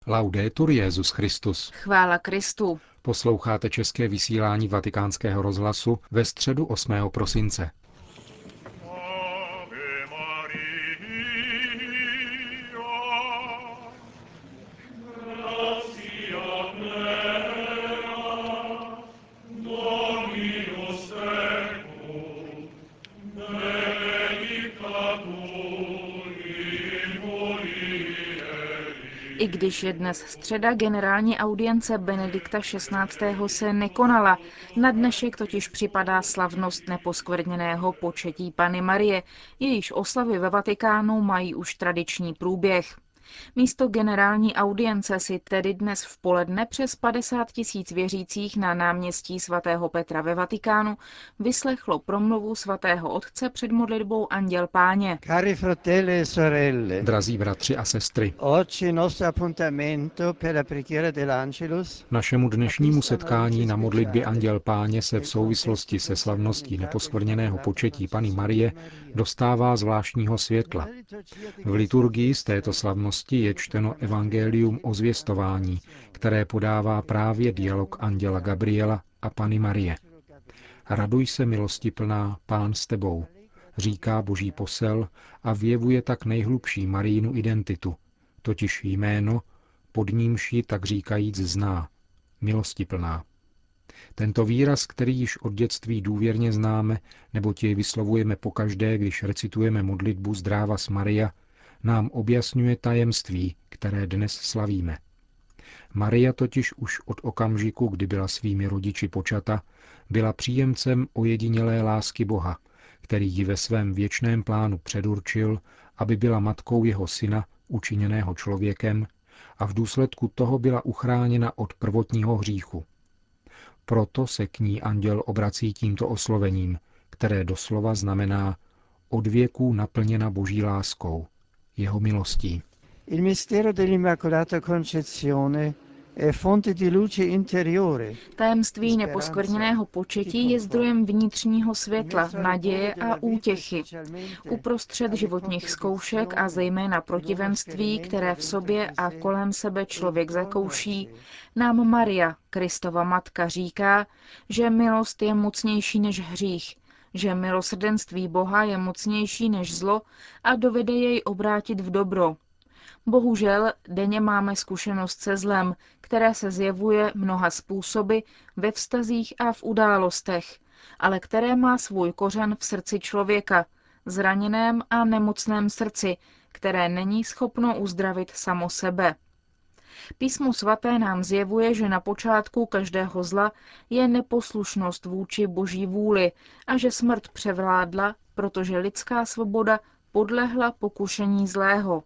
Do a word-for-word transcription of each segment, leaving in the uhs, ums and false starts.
Laudetur Jesus Christus. Chvála Kristu. Posloucháte české vysílání Vatikánského rozhlasu ve středu osmého prosince. I když je dnes středa, generální audience Benedikta šestnáctého se nekonala. Na dnešek totiž připadá slavnost neposkvrněného početí Panny Marie, jejíž oslavy ve Vatikánu mají už tradiční průběh. Místo generální audience si tedy dnes v poledne přes padesát tisíc věřících na náměstí svatého Petra ve Vatikánu vyslechlo promluvu svatého otce před modlitbou Anděl Páně. Cari fratelli e sorelle, Drazí bratři a sestry, oggi nostro appuntamento per la preghiera dell'Angelus. našemu dnešnímu setkání na modlitbě Anděl Páně se v souvislosti se slavností neposkvrněného početí Panny Marie dostává zvláštního světla. V liturgii z této slavnosti je čteno evangelium o zvěstování, které podává právě dialog anděla Gabriela a Panny Marie. Raduj se, milostiplná, Pán s tebou, říká boží posel a vyjevuje tak nejhlubší Marijinu identitu, totiž jméno, pod nímž ji tak říkajíc zná, milostiplná. Tento výraz, který již od dětství důvěrně známe, neboť jej vyslovujeme pokaždé, když recitujeme modlitbu Zdrávas Maria, nám objasňuje tajemství, které dnes slavíme. Maria totiž už od okamžiku, kdy byla svými rodiči počata, byla příjemcem ojedinělé lásky Boha, který ji ve svém věčném plánu předurčil, aby byla matkou jeho syna, učiněného člověkem, a v důsledku toho byla uchráněna od prvotního hříchu. Proto se k ní anděl obrací tímto oslovením, které doslova znamená od věků naplněna boží láskou, jeho milostí. Il mistero dell'Immacolata Concezione è fonte di luce interiore. Tajemství neposkvrněného početí je zdrojem vnitřního světla, naděje a útěchy. Uprostřed životních zkoušek a zejména protivenství, které v sobě a kolem sebe člověk zakouší, nám Maria, Kristova matka, říká, že milost je mocnější než hřích, že milosrdenství Boha je mocnější než zlo a dovede jej obrátit v dobro. Bohužel denně máme zkušenost se zlem, které se zjevuje mnoha způsoby ve vztazích a v událostech, ale které má svůj kořen v srdci člověka, zraněném a nemocném srdci, které není schopno uzdravit samo sebe. Písmo svaté nám zjevuje, že na počátku každého zla je neposlušnost vůči boží vůli a že smrt převládla, protože lidská svoboda podlehla pokušení zlého.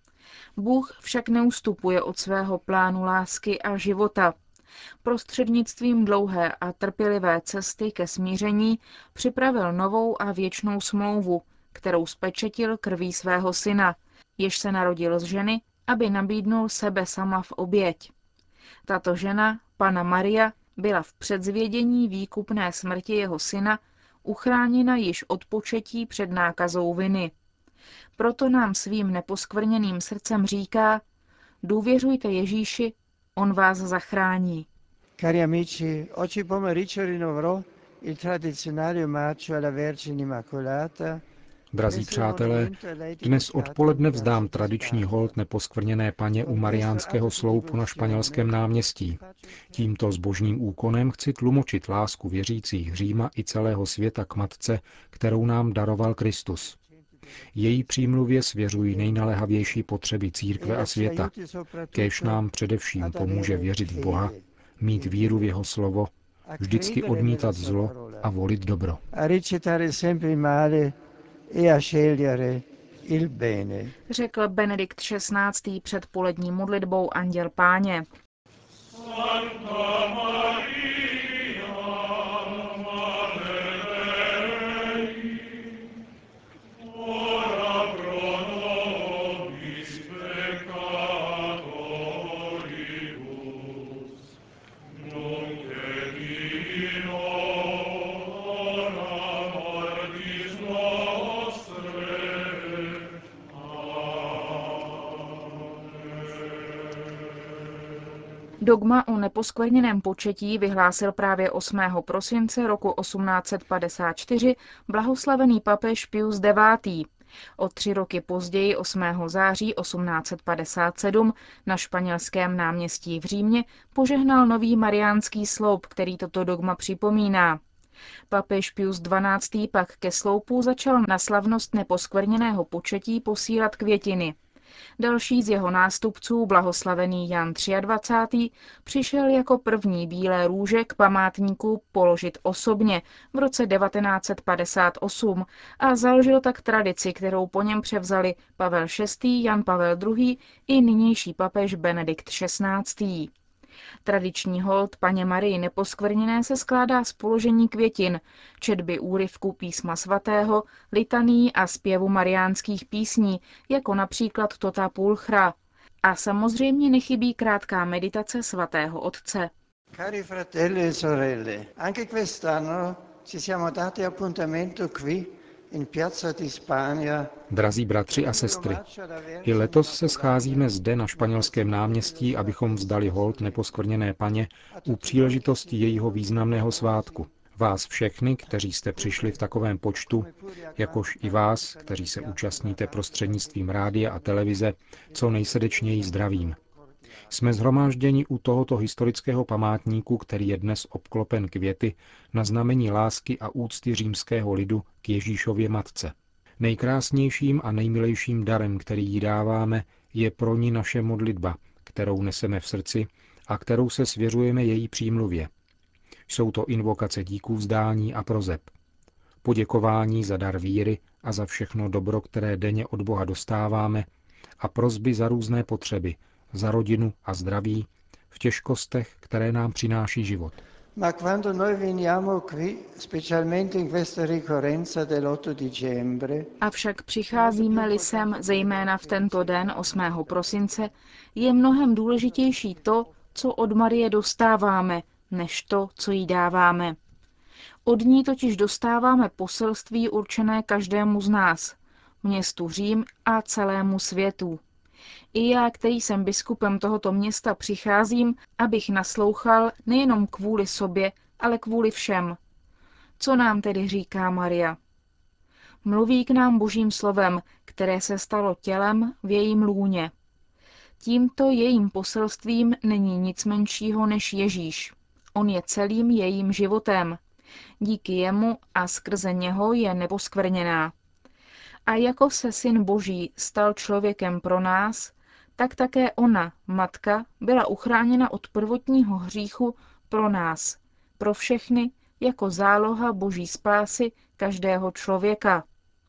Bůh však neustupuje od svého plánu lásky a života. Prostřednictvím dlouhé a trpělivé cesty ke smíření připravil novou a věčnou smlouvu, kterou spečetil krví svého syna, jež se narodil z ženy, aby nabídnul sebe sama v oběť. Tato žena, Panna Maria, byla v předzvědění výkupné smrti jeho syna uchráněna již od početí před nákazou viny. Proto nám svým neposkvrněným srdcem říká, důvěřujte Ježíši, on vás zachrání. Cari amici, oggi pomeriggio rinnoverò il tradizionale omaggio alla Vergine Immacolata. Drazí přátelé, dnes odpoledne vzdám tradiční hold neposkvrněné Panně u Mariánského sloupu na Španělském náměstí. Tímto zbožným úkonem chci tlumočit lásku věřících Říma i celého světa k matce, kterou nám daroval Kristus. Její přímluvě svěřují nejnaléhavější potřeby církve a světa, kéž nám především pomůže věřit v Boha, mít víru v jeho slovo, vždycky odmítat zlo a volit dobro. Řekl Benedikt šestnáctý před polední modlitbou Anděl Páně. Dogma o neposkvrněném početí vyhlásil právě osmého prosince roku osmnáct set padesát čtyři blahoslavený papež Pius devátý. O tři roky později, osmého září osmnáct set padesát sedm, na Španělském náměstí v Římě požehnal nový mariánský sloup, který toto dogma připomíná. Papež Pius dvanáctý. Pak ke sloupu začal na slavnost neposkvrněného početí posílat květiny. Další z jeho nástupců, blahoslavený Jan dvacátý třetí. Přišel jako první bílé růže k památníku položit osobně v roce devatenáct set padesát osm a založil tak tradici, kterou po něm převzali Pavel šestý., Jan Pavel druhý. i nynější papež Benedikt šestnáctý. Tradiční hold Panně Marii neposkvrněné se skládá z položení květin, četby úryvku písma svatého, litaní a zpěvu mariánských písní, jako například Tota Pulchra. A samozřejmě nechybí krátká meditace svatého otce. Cari fratelli e sorelle, anche quest'anno ci siamo dati appuntamento qui in Piazza di Spagna. Drazí bratři a sestry, i letos se scházíme zde na Španělském náměstí, abychom vzdali hold neposkvrněné Panně u příležitosti jejího významného svátku. Vás všechny, kteří jste přišli v takovém počtu, jakož i vás, kteří se účastníte prostřednictvím rádia a televize, co nejsrdečněji zdravím. Jsme shromážděni u tohoto historického památníku, který je dnes obklopen květy na znamení lásky a úcty římského lidu k Ježíšově matce. Nejkrásnějším a nejmilejším darem, který jí dáváme, je pro ní naše modlitba, kterou neseme v srdci a kterou se svěřujeme její přímluvě. Jsou to invokace díků vzdání a prozeb. Poděkování za dar víry a za všechno dobro, které denně od Boha dostáváme, a prosby za různé potřeby, za rodinu a zdraví, v těžkostech, které nám přináší život. Ma quando noi veniamo qui, specialmente in questa ricorrenza dell'otto dicembre, Avšak přicházíme-li sem, zejména v tento den osmého prosince, je mnohem důležitější to, co od Marie dostáváme, než to, co jí dáváme. Od ní totiž dostáváme poselství určené každému z nás, městu Řím a celému světu. I já, který jsem biskupem tohoto města, přicházím, abych naslouchal nejenom kvůli sobě, ale kvůli všem. Co nám tedy říká Maria? Mluví k nám božím slovem, které se stalo tělem v jejím lůně. Tímto jejím poselstvím není nic menšího než Ježíš. On je celým jejím životem. Díky jemu a skrze něho je neposkvrněná. A jako se Syn Boží stal člověkem pro nás, tak také ona, matka, byla uchráněna od prvotního hříchu pro nás, pro všechny, jako záloha boží spásy každého člověka.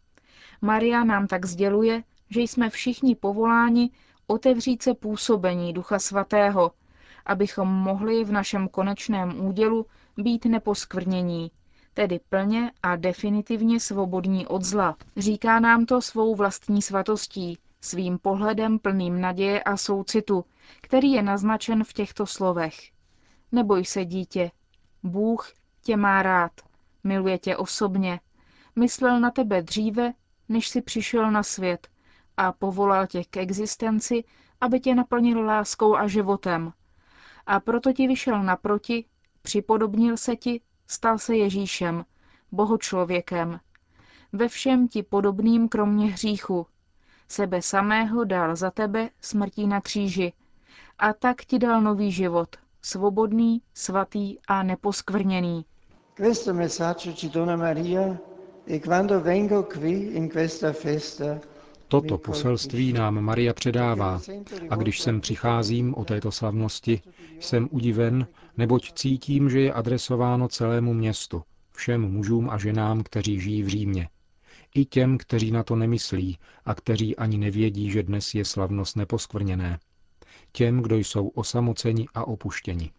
Maria nám tak sděluje, že jsme všichni povoláni otevřít se působení Ducha Svatého, abychom mohli v našem konečném údělu být neposkvrnění, tedy plně a definitivně svobodní od zla. Říká nám to svou vlastní svatostí, svým pohledem plným naděje a soucitu, který je naznačen v těchto slovech. Neboj se, dítě, Bůh tě má rád, miluje tě osobně, myslel na tebe dříve, než jsi přišel na svět a povolal tě k existenci, aby tě naplnil láskou a životem. A proto ti vyšel naproti, připodobnil se ti, stal se Ježíšem, bohočlověkem. Ve všem ti podobným kromě hříchu. Sebe samého dal za tebe smrtí na kříži. A tak ti dal nový život, svobodný, svatý a neposkvrněný. questo messaggio ci dona Maria e quando vengo qui in questa festa. Toto poselství nám Maria předává a když sem přicházím o této slavnosti, jsem udiven, neboť cítím, že je adresováno celému městu, všem mužům a ženám, kteří žijí v Římě. I těm, kteří na to nemyslí a kteří ani nevědí, že dnes je slavnost neposkvrněné. Těm, kdo jsou osamoceni a opuštěni.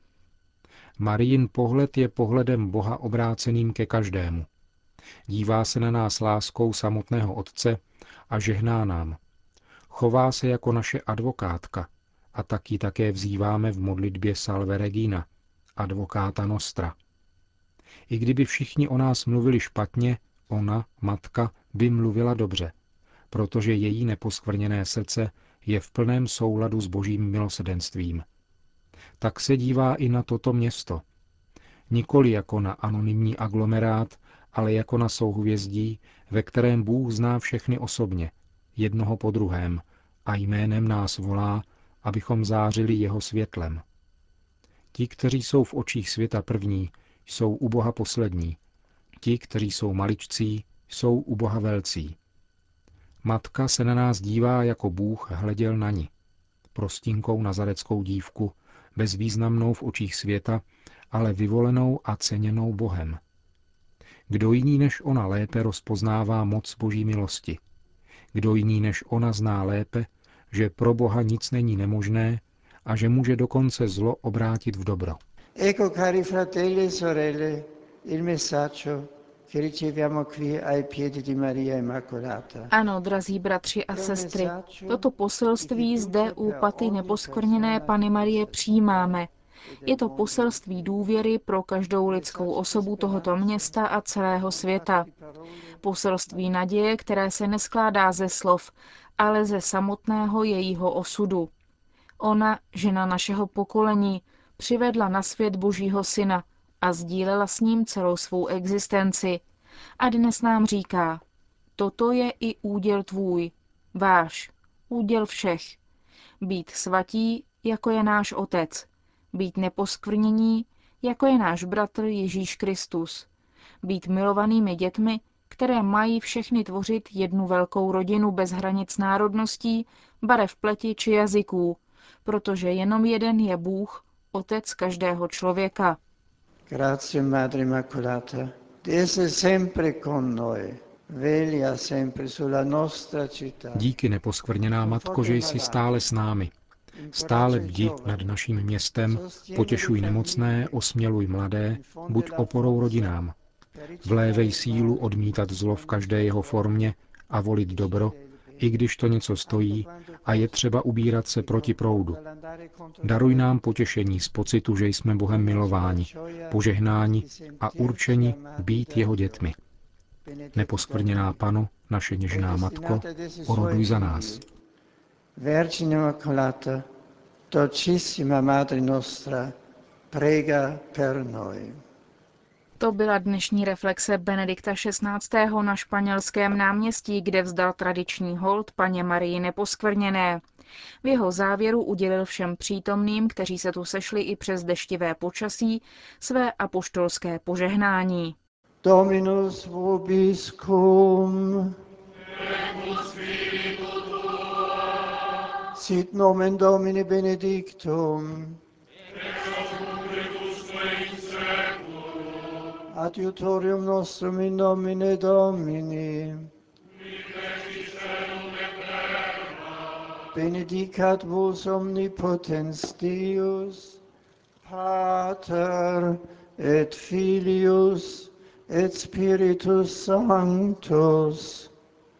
Marijin pohled je pohledem Boha obráceným ke každému. Dívá se na nás láskou samotného Otce a žehná nám. Chová se jako naše advokátka a tak ji také vzýváme v modlitbě Salve Regina, advokáta Nostra. I kdyby všichni o nás mluvili špatně, ona, matka, by mluvila dobře, protože její neposkvrněné srdce je v plném souladu s božím milosrdenstvím. Tak se dívá i na toto město. Nikoli jako na anonymní aglomerát, ale jako na souhvězdí, ve kterém Bůh zná všechny osobně, jednoho po druhém, a jménem nás volá, abychom zářili jeho světlem. Ti, kteří jsou v očích světa první, jsou u Boha poslední. Ti, kteří jsou maličcí, jsou u Boha velcí. Matka se na nás dívá, jako Bůh hleděl na ni. Prostinkou nazareckou dívku, bezvýznamnou v očích světa, ale vyvolenou a ceněnou Bohem. Kdo jiný než ona lépe rozpoznává moc Boží milosti? Kdo jiný než ona zná lépe, že pro Boha nic není nemožné a že může dokonce zlo obrátit v dobro? Ecco, cari fratelli e sorelle, il messaggio che riceviamo qui ai piedi di Maria Immacolata. Ano, drazí bratři a sestry, toto poselství zde u paty neposkvrněné Panny Marie přijímáme. Je to poselství důvěry pro každou lidskou osobu tohoto města a celého světa. Poselství naděje, které se neskládá ze slov, ale ze samotného jejího osudu. Ona, žena našeho pokolení, přivedla na svět Božího syna a sdílela s ním celou svou existenci. A dnes nám říká, toto je i úděl tvůj, váš, úděl všech. Být svatí, jako je náš Otec. Být neposkvrnění, jako je náš bratr Ježíš Kristus. Být milovanými dětmi, které mají všechny tvořit jednu velkou rodinu bez hranic národností, barev pleti či jazyků, protože jenom jeden je Bůh, Otec každého člověka. Grazie, Madre Immacolata, di essere sempre con noi. Veglia sempre sulla nostra città. Díky, neposkvrněná Matko, že jsi stále s námi. Stále bdi nad naším městem, potěšuj nemocné, osměluj mladé, buď oporou rodinám. Vlévej sílu odmítat zlo v každé jeho formě a volit dobro, i když to něco stojí a je třeba ubírat se proti proudu. Daruj nám potěšení z pocitu, že jsme Bohem milováni, požehnáni a určeni být jeho dětmi. Neposkvrněná Pano, naše něžná Matko, oroduj za nás. Vergine Immacolata, dolcissima Madre nostra, prega per noi. To byla dnešní reflexe Benedikta šestnáctého na Španělském náměstí, kde vzdal tradiční hold Panně Marii Neposkvrněné. V jeho závěru udělil všem přítomným, kteří se tu sešli i přes deštivé počasí, své apoštolské požehnání. Dominus vobiscum. Sit nomen Domini benedictum. Adiutorium nostrum in nomine Domini. Benedicat vos omnipotens Deus, Pater et Filius et Spiritus Sanctus.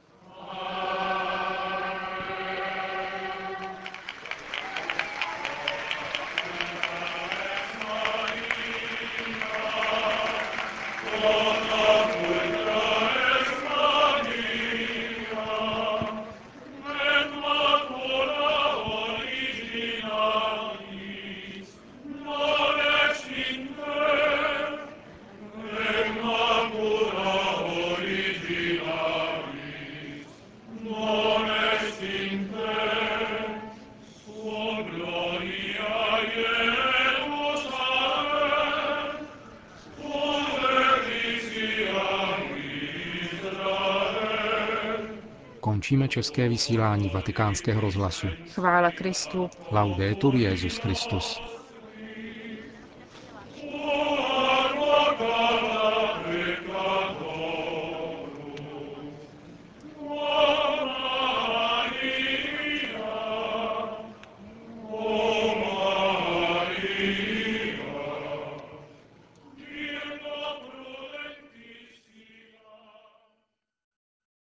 Končíme české vysílání Vatikánského rozhlasu. Chvála Kristu. Laudetur Jesus Christus.